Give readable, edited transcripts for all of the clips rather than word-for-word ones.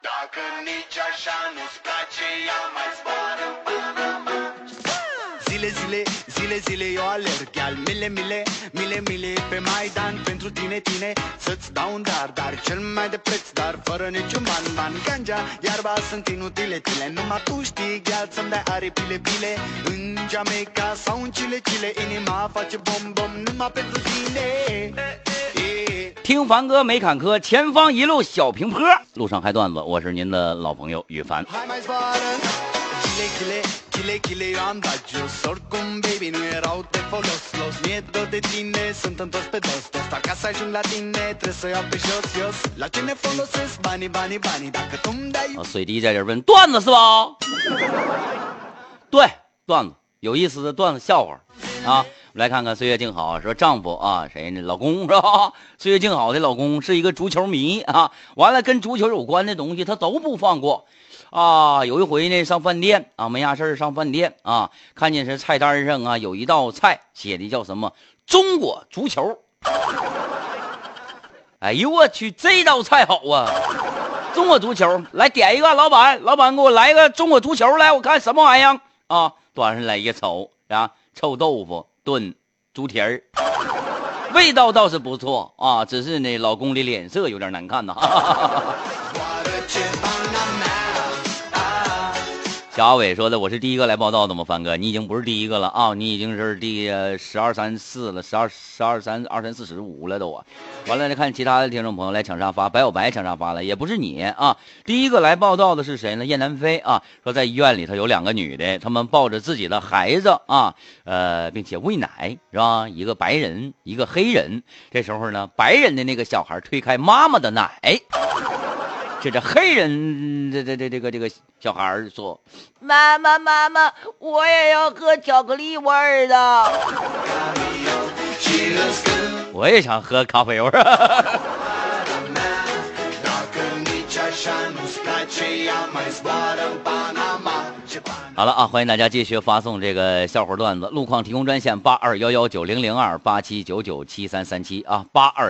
Zile eu alerg chiar mile pe Maidan pentru tine să-ți dau un dar cel mai de preț dar fără niciun ban ganja iarba sunt inutile numai tu știi gheal să-mi dai aripile în Jamaica sau în Chile inima face bom numai pentru tine。 听凡哥没坎坷，前方一路小平坡，路上嗨段子，我是您的老朋友羽凡。 Chile eu am dat jos oricum baby nu erau de folos mie dor de tine sunt întors pe dos dar ca să ajung la tine trebuie să iau pe jos la ce ne folosesc banii dacă tu-mi dai 水滴在这问段子是吧？对，段子有意思的段子笑话啊。我们来看看岁月静好说丈夫啊谁呢老公是吧？岁月静好的老公是一个足球迷啊，完了跟足球有关的东西他都不放过。啊，有一回呢，上饭店啊，没啥事上饭店啊，看见是菜单上啊有一道菜写的叫什么中国足球。哎呦我去，这道菜好啊！中国足球，来点一个，老板给我来一个中国足球来，我看什么玩意儿啊？端上来一个瞅啊，臭豆腐炖猪蹄儿，味道倒是不错啊，只是呢老公的脸色有点难看呐。小阿伟说的，我是第一个来报道的吗？凡哥，你已经不是第一个了啊，你已经是第12、34了，12、3、23、45了都啊。完了，再看其他的听众朋友来抢沙发，白有白抢沙发了，也不是你啊。第一个来报道的是谁呢？燕南飞啊，说在医院里头有2个女的，她们抱着自己的孩子啊，并且喂奶是吧？一个白人，一个黑人。这时候呢，白人的那个小孩推开妈妈的奶。这黑人这个小孩说：“妈妈，我也要喝巧克力味儿的，我也想喝咖啡味儿。”好了啊，欢迎大家继续发送这个笑话段子，路况提供专线8211900287997337啊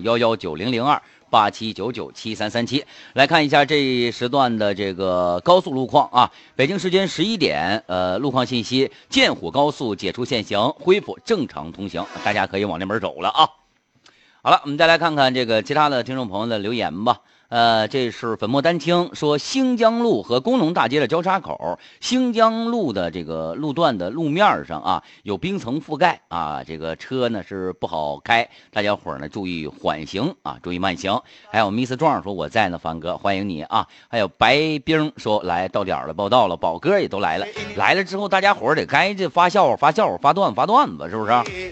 ，8211900287997337。来看一下这一时段的这个高速路况啊，北京时间11点，路况信息：建虎高速解除限行，恢复正常通行，大家可以往那边走了啊。好了，我们再来看看这个其他的听众朋友的留言吧。这是粉墨丹青说，兴江路和工农大街的交叉口，兴江路的这个路段的路面上啊有冰层覆盖啊，这个车呢是不好开，大家伙呢注意缓行啊，注意慢行。还有 Miss 壮说我在呢，凡哥欢迎你啊。还有白冰说来到点了，报道了，宝哥也都来了，来了之后大家伙得该这发笑话发段子，是不是？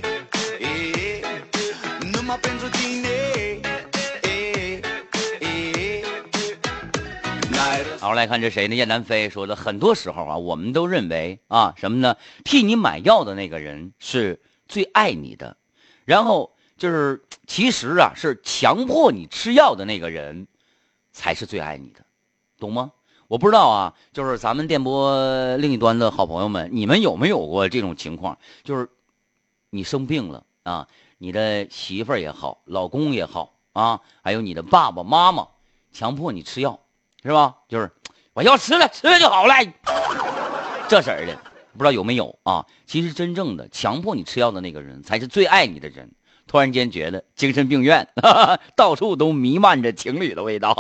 好，来看这谁呢？燕南飞说的，很多时候啊，我们都认为啊，什么呢？替你买药的那个人是最爱你的，然后就是其实啊，是强迫你吃药的那个人才是最爱你的，懂吗？我不知道啊，就是咱们电波另一端的好朋友们，你们有没有过这种情况？就是你生病了啊，你的媳妇儿也好，老公也好啊，还有你的爸爸妈妈强迫你吃药。是吧？就是我要吃了就好了，这事儿的不知道有没有啊？其实真正的强迫你吃药的那个人才是最爱你的人。突然间觉得精神病院到处都弥漫着情侣的味道，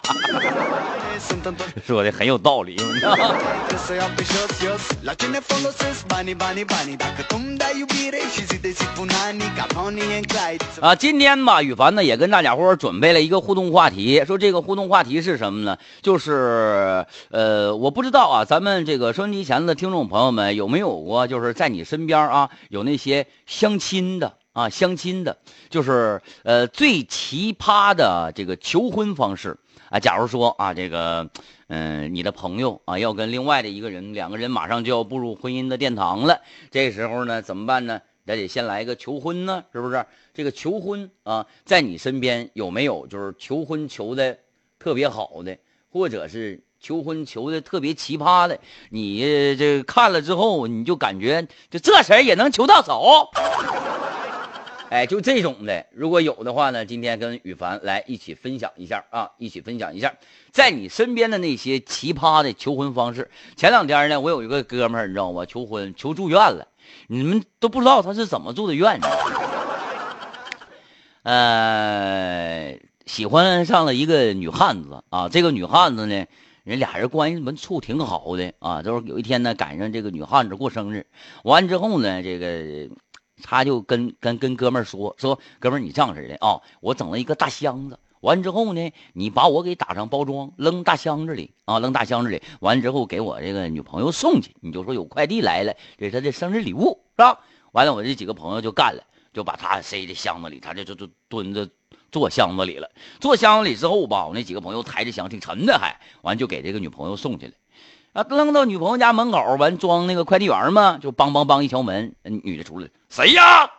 说的很有道理。啊，今天吧，羽凡呢也跟大家伙准备了一个互动话题，说这个互动话题是什么呢？就是我不知道啊，咱们这个收音机前的听众朋友们有没有过，就是在你身边啊有那些相亲的。啊，相亲的，就是最奇葩的这个求婚方式啊。假如说啊，这个你的朋友啊要跟另外的一个人，两个人马上就要步入婚姻的殿堂了，这时候呢怎么办呢？得先来一个求婚呢，是不是？这个求婚啊，在你身边有没有就是求婚求的特别好的，或者是求婚求的特别奇葩的？你这看了之后，你就感觉就这事儿也能求到手。 哎，就这种的，如果有的话呢，今天跟羽凡来一起分享一下啊，一起分享一下，在你身边的那些奇葩的求婚方式。前两天呢，我有一个哥们儿，你知道吗？求婚求住院了，你们都不知道他是怎么住的院的。喜欢上了一个女汉子啊，这个女汉子呢，人俩人关系什么处挺好的啊。就是有一天呢，赶上这个女汉子过生日，完之后呢，这个他就跟哥们儿说，哥们儿你这样式的啊，我整了一个大箱子，完之后呢，你把我给打上包装，扔大箱子里啊，扔大箱子里，完之后给我这个女朋友送去，你就说有快递来了，这是他的生日礼物，是吧？完了，我这几个朋友就干了，就把他塞在箱子里，他就蹲着坐箱子里了。坐箱子里之后吧，我那几个朋友抬着箱挺沉的，还完就给这个女朋友送去了。啊，扔到女朋友家门口，完装那个快递员嘛，就梆梆梆一敲门，女的出来，谁呀？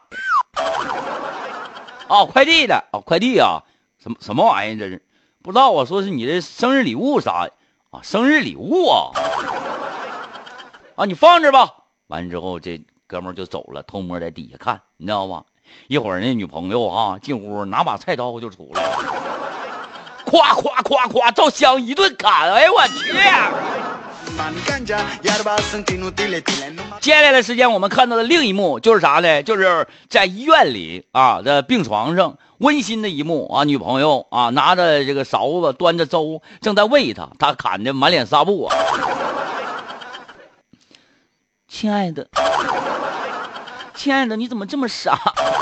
啊，快递的啊，快递啊，什么玩意儿这是？不知道啊，说是你的生日礼物啥啊？生日礼物啊？啊，你放着吧。完之后，这哥们儿就走了，偷摸在底下看，你知道吗？一会儿那女朋友啊进屋拿把菜刀就出来了，咵咵咵咵照箱一顿砍，哎我去！接下来的时间我们看到的另一幕就是啥呢？就是在医院里啊的病床上温馨的一幕啊，女朋友啊拿着这个勺子端着粥正在喂他，他砍的满脸纱布啊。亲爱的，亲爱的，你怎么这么傻？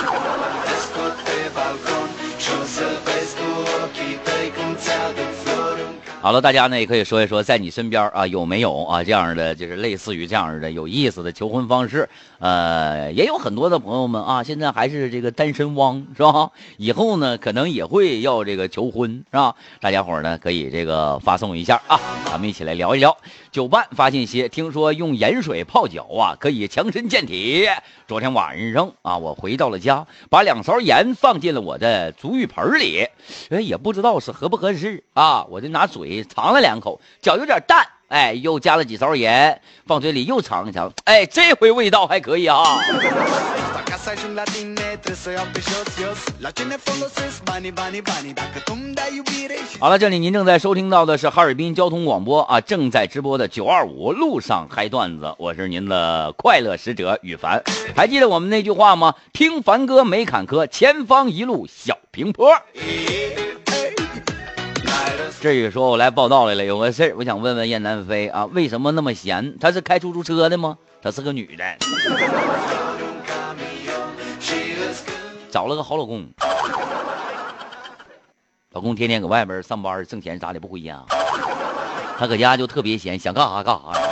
好了，大家呢也可以说一说，在你身边啊有没有啊这样的，就是类似于这样的有意思的求婚方式？也有很多的朋友们啊，现在还是这个单身汪是吧？以后呢可能也会要这个求婚是吧？大家伙呢可以这个发送一下啊，咱们一起来聊一聊。酒伴发信息，听说用盐水泡脚啊可以强身健体。昨天晚上啊，我回到了家，把2勺盐放进了我的足浴盆里，也不知道是合不合适啊，我就拿嘴尝了2口，脚有点淡，哎，又加了几勺盐，放嘴里又尝一尝，哎，这回味道还可以啊。好了，这里您正在收听到的是哈尔滨交通广播啊，正在直播的925路上嗨段子，我是您的快乐使者羽凡。还记得我们那句话吗？听凡哥没坎坷，前方一路小平坡。至于说我来报道来了，有个事儿，我想问问燕南飞啊，为什么那么闲？她是开出租车的吗？她是个女的，找了个好老公，老公天天搁外边上班挣钱，咋的不回家？她搁家就特别闲，想干啥干啥。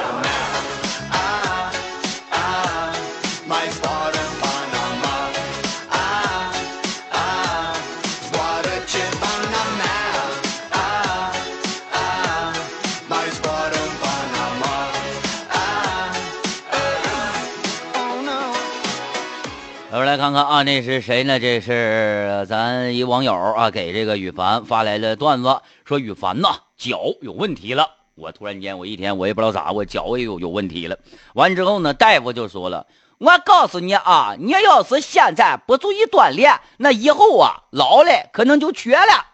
来看看啊，那是谁呢？这是咱一网友啊，给这个羽凡发来的段子，说羽凡呐脚有问题了。我突然间我一天我也不知道咋，我脚也有问题了。完之后呢，大夫就说了，我告诉你啊，你要是现在不注意锻炼，那以后啊老了可能就瘸了。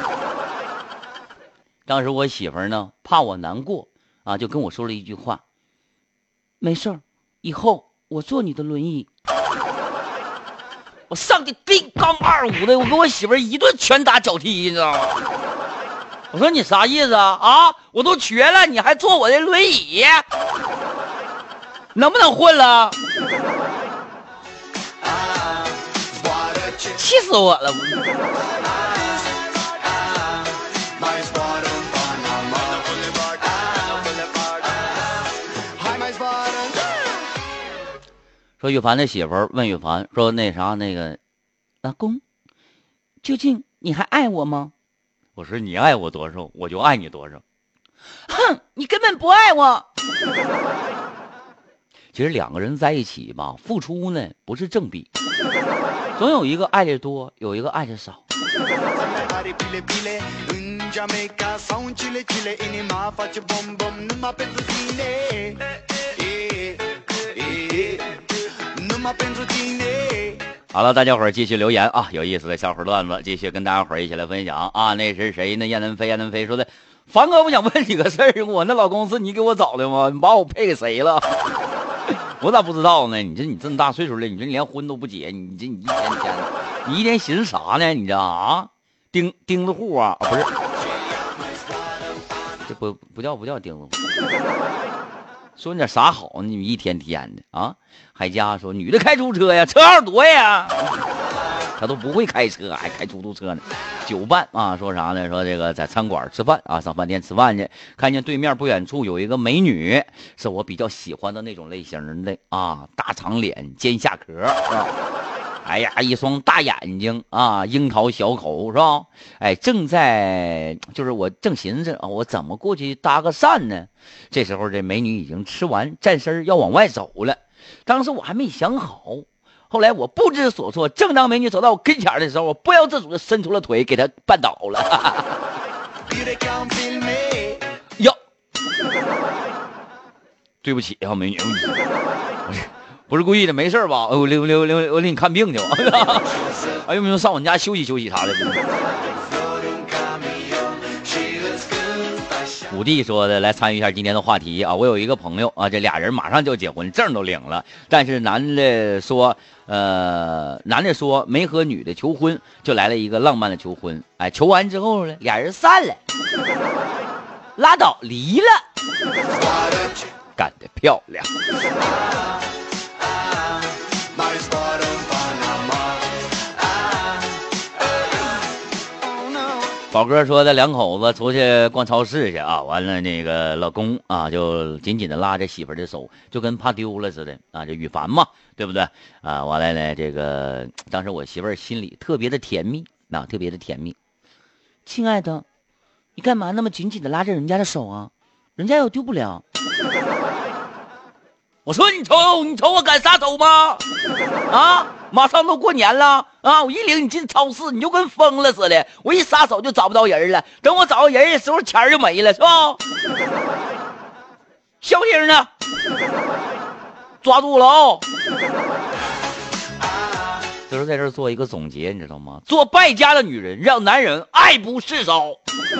当时我媳妇儿呢怕我难过啊，就跟我说了一句话，没事儿，以后我坐你的轮椅。我上去叮当25的，我跟我媳妇儿一顿拳打脚踢，你知道吗？我说你啥意思啊？啊，我都瘸了，你还坐我的轮椅，能不能混了？气死我了！说羽凡的媳妇儿问羽凡说：“那啥，那个老公，究竟你还爱我吗？”我说：“你爱我多少，我就爱你多少。”哼，你根本不爱我。其实2个人在一起吧，付出呢不是正比，总有一个爱的多，有一个爱的少。 好了，大家伙儿继续留言啊，有意思的小伙段子继续跟大家伙儿一起来分享啊。那是谁呢？燕南飞说的，凡哥，我想问你个事儿，我那老公是你给我找的吗？你把我配给谁了？我咋不知道呢？你这么大岁数了，你说你连婚都不结，你一天你一天寻思啥呢？你这啊，钉子户啊？不是，这不叫钉子户。说你点啥好呢？你一天天的啊！海佳说女的开出租车呀，车号多呀，他都不会开车，还开出租车呢。酒伴啊，说啥呢？说这个在餐馆吃饭啊，上饭店吃饭去，看见对面不远处有一个美女，是我比较喜欢的那种类型的啊，大长脸，尖下壳啊。哎呀，一双大眼睛啊，樱桃小口是吧？哎，就是我正寻思啊，我怎么过去搭个讪呢？这时候这美女已经吃完，站身要往外走了。当时我还没想好，后来我不知所措。正当美女走到我跟前的时候，我不由自主的伸出了腿，给她绊倒了。哟，对不起啊，美女。不是故意的，没事吧？我领你看病去吧。哎，有没有上我们家休息休息啥的？五弟说的，来参与一下今天的话题啊！我有一个朋友啊，这俩人马上就结婚，证都领了，但是男的说没和女的求婚，就来了一个浪漫的求婚。哎，求完之后呢，俩人散了，拉倒，离了，干得漂亮。宝哥说的，两口子出去逛超市去啊，完了那个老公啊就紧紧的拉着媳妇的手，就跟怕丢了似的啊，这羽凡嘛，对不对啊？完了呢，这个当时我媳妇心里特别的甜蜜啊，特别的甜蜜。亲爱的，你干嘛那么紧紧的拉着人家的手啊？人家又丢不了。我说你瞅我敢撒手吗？啊，马上都过年了啊！我一领你进超市，你就跟疯了似的。我一撒手就找不着人了，等我找到人的时候，钱就没了，是吧？小英呢？抓住了哦！就是在这儿做一个总结，你知道吗？做败家的女人，让男人爱不释手。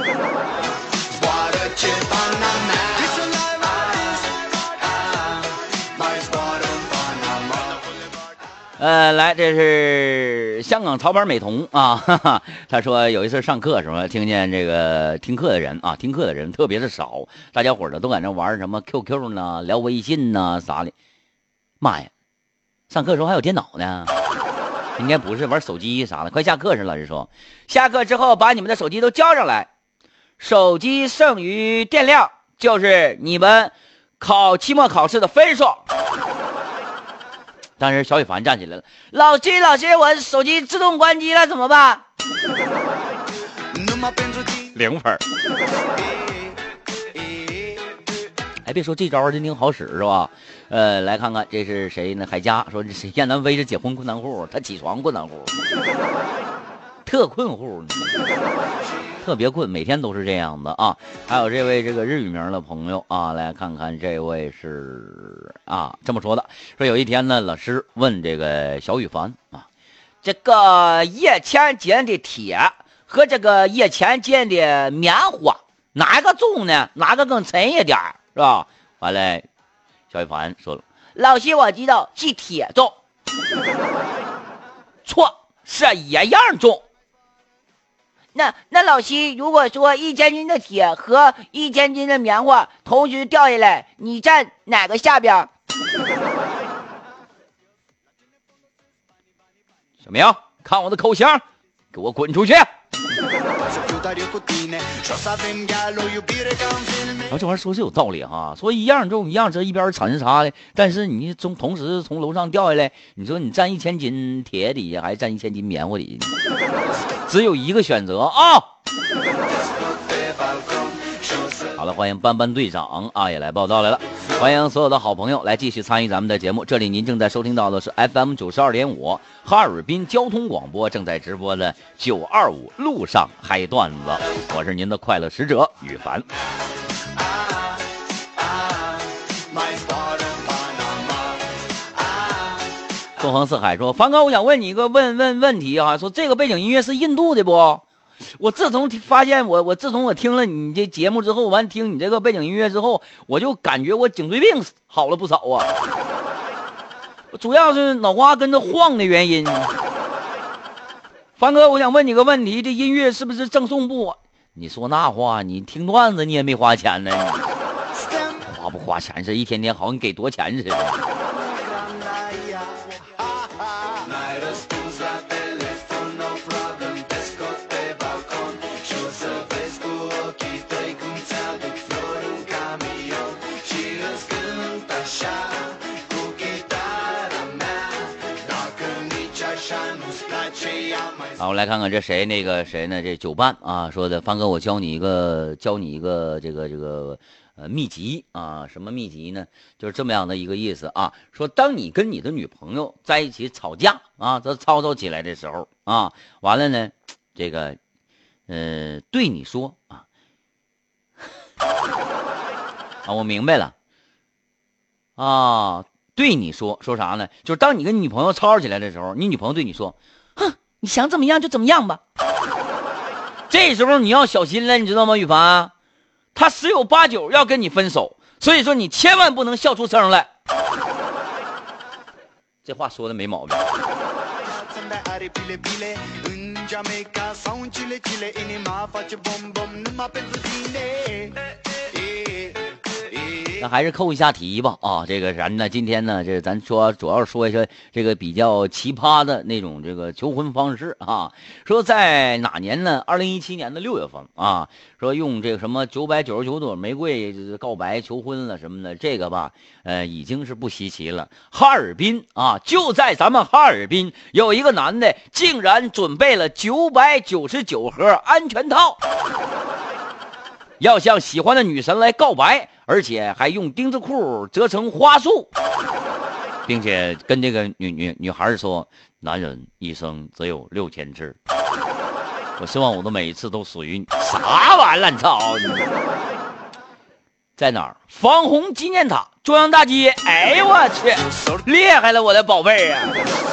来，这是香港潮牌美瞳啊，哈哈，他说有一次上课什么，听见这个听课的人特别的少，大家伙呢都在那玩什么 QQ 呢，聊微信呢啥的。妈呀，上课的时候还有电脑呢？应该不是玩手机啥的。快下课时，老师说，下课之后把你们的手机都交上来，手机剩余电量就是你们期末考试的分数。当时小雨凡站起来了，老师，我手机自动关机了，怎么办？0分。哎，别说这招真挺好使是吧？来看看这是谁呢？海佳说这是燕南飞是结婚困难户，他起床困难户，特困户，特别困，每天都是这样的啊。还有这位这个日语名的朋友啊，来看看这位是啊这么说的，说有一天呢，老师问这个小雨凡啊，这个叶千斤的铁和这个叶千斤的棉花哪个重呢？哪个更沉一点是吧？完了，小雨凡说了，老师我知道是铁重，错，是一样重。那老师，如果说1000斤的铁和1000斤的棉花同时掉下来，你站哪个下边？小明，看我的口型，给我滚出去！然后这玩意儿说是有道理哈，说一样重一样，这一边沉啥的，但是你同时从楼上掉下来，你说你站1000斤铁底下，还是站1000斤棉花底下，只有一个选择啊！好了，欢迎班班队长啊也来报道来了，欢迎所有的好朋友来继续参与咱们的节目。这里您正在收听到的是 FM 92.5哈尔滨交通广播正在直播的925路上嗨段子，我是您的快乐使者羽凡。综方四海说，凡哥，我想问你一个问题啊，说这个背景音乐是印度的不？我自从发现自从我听了你这节目之后，完听你这个背景音乐之后，我就感觉我颈椎病好了不少啊。主要是脑瓜跟着晃的原因。凡哥，我想问你个问题，这音乐是不是赠送不？你说那话，你听段子你也没花钱呢，花不花钱是一天天好像你给多钱似的。好，我来看看这谁那个谁呢？这酒伴啊说的，方哥，我教你一个这个秘籍啊，什么秘籍呢？就是这么样的一个意思啊，说当你跟你的女朋友在一起吵架啊，这吵吵起来的时候啊，完了呢，这个对你说啊啊，我明白了啊，对你说啥呢？就是当你跟你女朋友吵起来的时候，你女朋友对你说，哼，你想怎么样就怎么样吧。这时候你要小心了，你知道吗，羽凡？他十有八九要跟你分手，所以说你千万不能笑出声来。这话说的没毛病。那还是扣一下题吧啊！这个咱呢，今天呢，这咱说主要说一说这个比较奇葩的那种这个求婚方式啊。说在哪年呢？2017年的6月份啊，说用这个什么999朵玫瑰告白求婚了什么的，这个吧，已经是不稀奇了。哈尔滨啊，就在咱们哈尔滨，有一个男的竟然准备了999盒安全套。要向喜欢的女神来告白，而且还用丁字裤折成花束，并且跟这个女孩说：“男人一生只有6000次，我希望我的每一次都属于你。”啥玩意儿乱操！在哪儿？防洪纪念塔中央大街。哎呦我去，厉害了我的宝贝啊！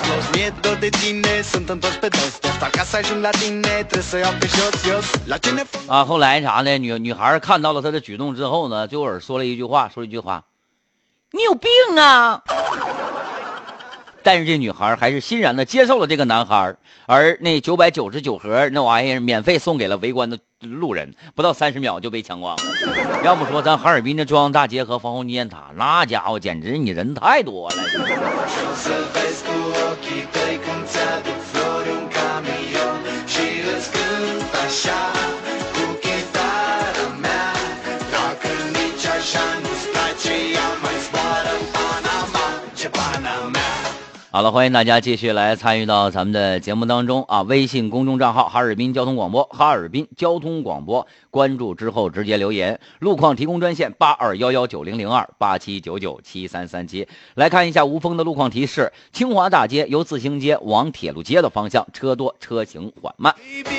啊，后来啥呢？女孩看到了他的举动之后呢，就说了一句话，你有病啊！但是这女孩还是欣然的接受了这个男孩，而那999盒那玩意儿免费送给了围观的路人，不到30秒就被抢光了。要不说咱哈尔滨的中央大街和防洪纪念塔，那家伙简直你人太多了。好了，欢迎大家继续来参与到咱们的节目当中啊！微信公众账号哈尔滨交通广播，哈尔滨交通广播，关注之后直接留言。路况提供专线8211900287997337。来看一下无风的路况提示：清华大街由自行街往铁路街的方向车多，车行缓慢。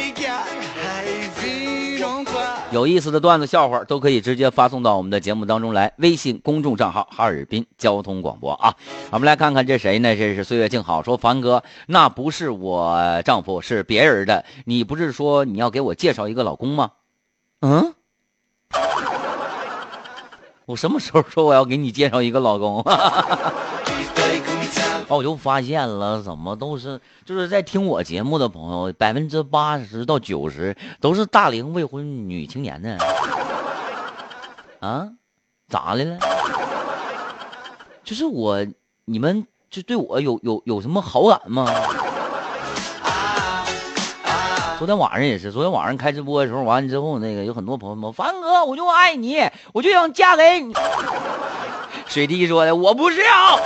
有意思的段子笑话都可以直接发送到我们的节目当中来，微信公众账号哈尔滨交通广播啊。我们来看看这谁呢？这是岁月静好说，凡哥，那不是我丈夫，是别人的。你不是说你要给我介绍一个老公吗？嗯，我什么时候说我要给你介绍一个老公？我就发现了，怎么都是就是在听我节目的朋友，80%到90%都是大龄未婚女青年呢。啊，咋的了？就是你们就对我有什么好感吗？昨天晚上也是，昨天晚上开直播的时候，完了之后，那个有很多朋友们，凡哥，我就爱你，我就想嫁给你。水滴说的，我不是啊。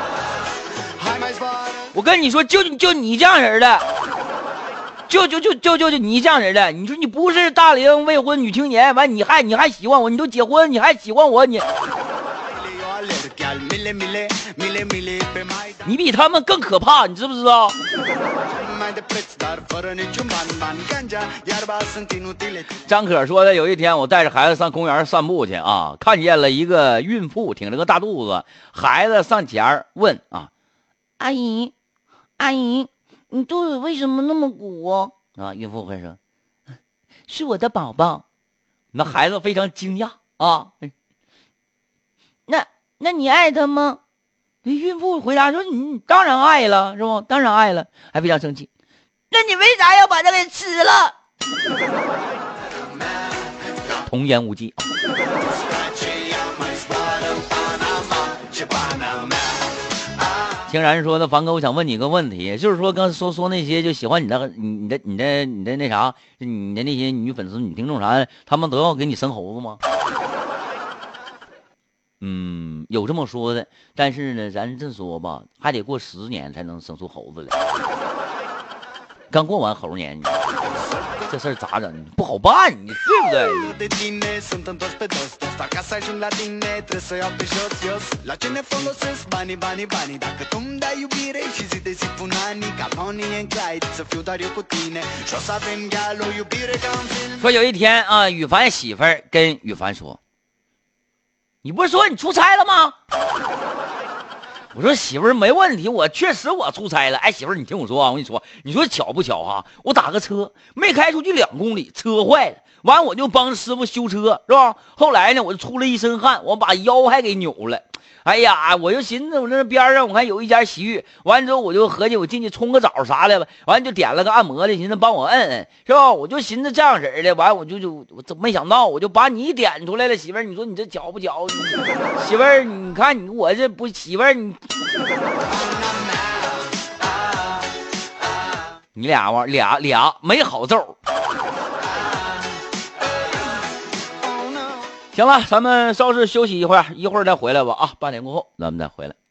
我跟你说，就你这样人的，就你这样人的，你说你不是大龄未婚女青年，完你还喜欢我，你都结婚，你还喜欢我，你比他们更可怕，你知不知道？张可说的，有一天我带着孩子上公园散步去啊，看见了一个孕妇挺着个大肚子，孩子上前问啊，阿姨， 阿姨，你肚子为什么那么鼓？ 啊，孕妇会说， 是我的宝宝。 那孩子非常惊讶啊。 那你爱他吗？ 孕妇回答说：“你当然爱了，是不？当然爱了。”还非常生气。 那你为啥要把他给吃了？ 童言无忌。听然说的凡哥，我想问你一个问题，就是说刚才说那些就喜欢你的那啥，你的那些女粉丝、女听众啥，他们都要给你生猴子吗？有这么说的，但是呢，咱这说吧，还得过10年才能生出猴子来。刚过完猴年，这事儿咋整？不好办，你对不对？说有一天啊，羽凡媳妇儿跟羽凡说：“你不是说你出差了吗？”我说媳妇儿没问题，我确实我出差了。哎，媳妇儿你听我说啊，我跟你说，你说巧不巧哈？我打个车没开出去2公里，车坏了，完我就帮师傅修车，是吧？后来呢，我就出了一身汗，我把腰还给扭了。哎呀，我就寻思我那边上我看有一家洗浴，完之后我就合计我进去冲个澡啥的吧，完就点了个按摩的，寻思帮我摁摁，是吧？我就寻思这样式的，完我怎么没想到我就把你点出来了，媳妇儿，你说你这巧不巧？媳妇儿，你看我这不媳妇儿你俩没好揍。行了，咱们稍事休息一会儿再回来吧啊！8点过后咱们再回来。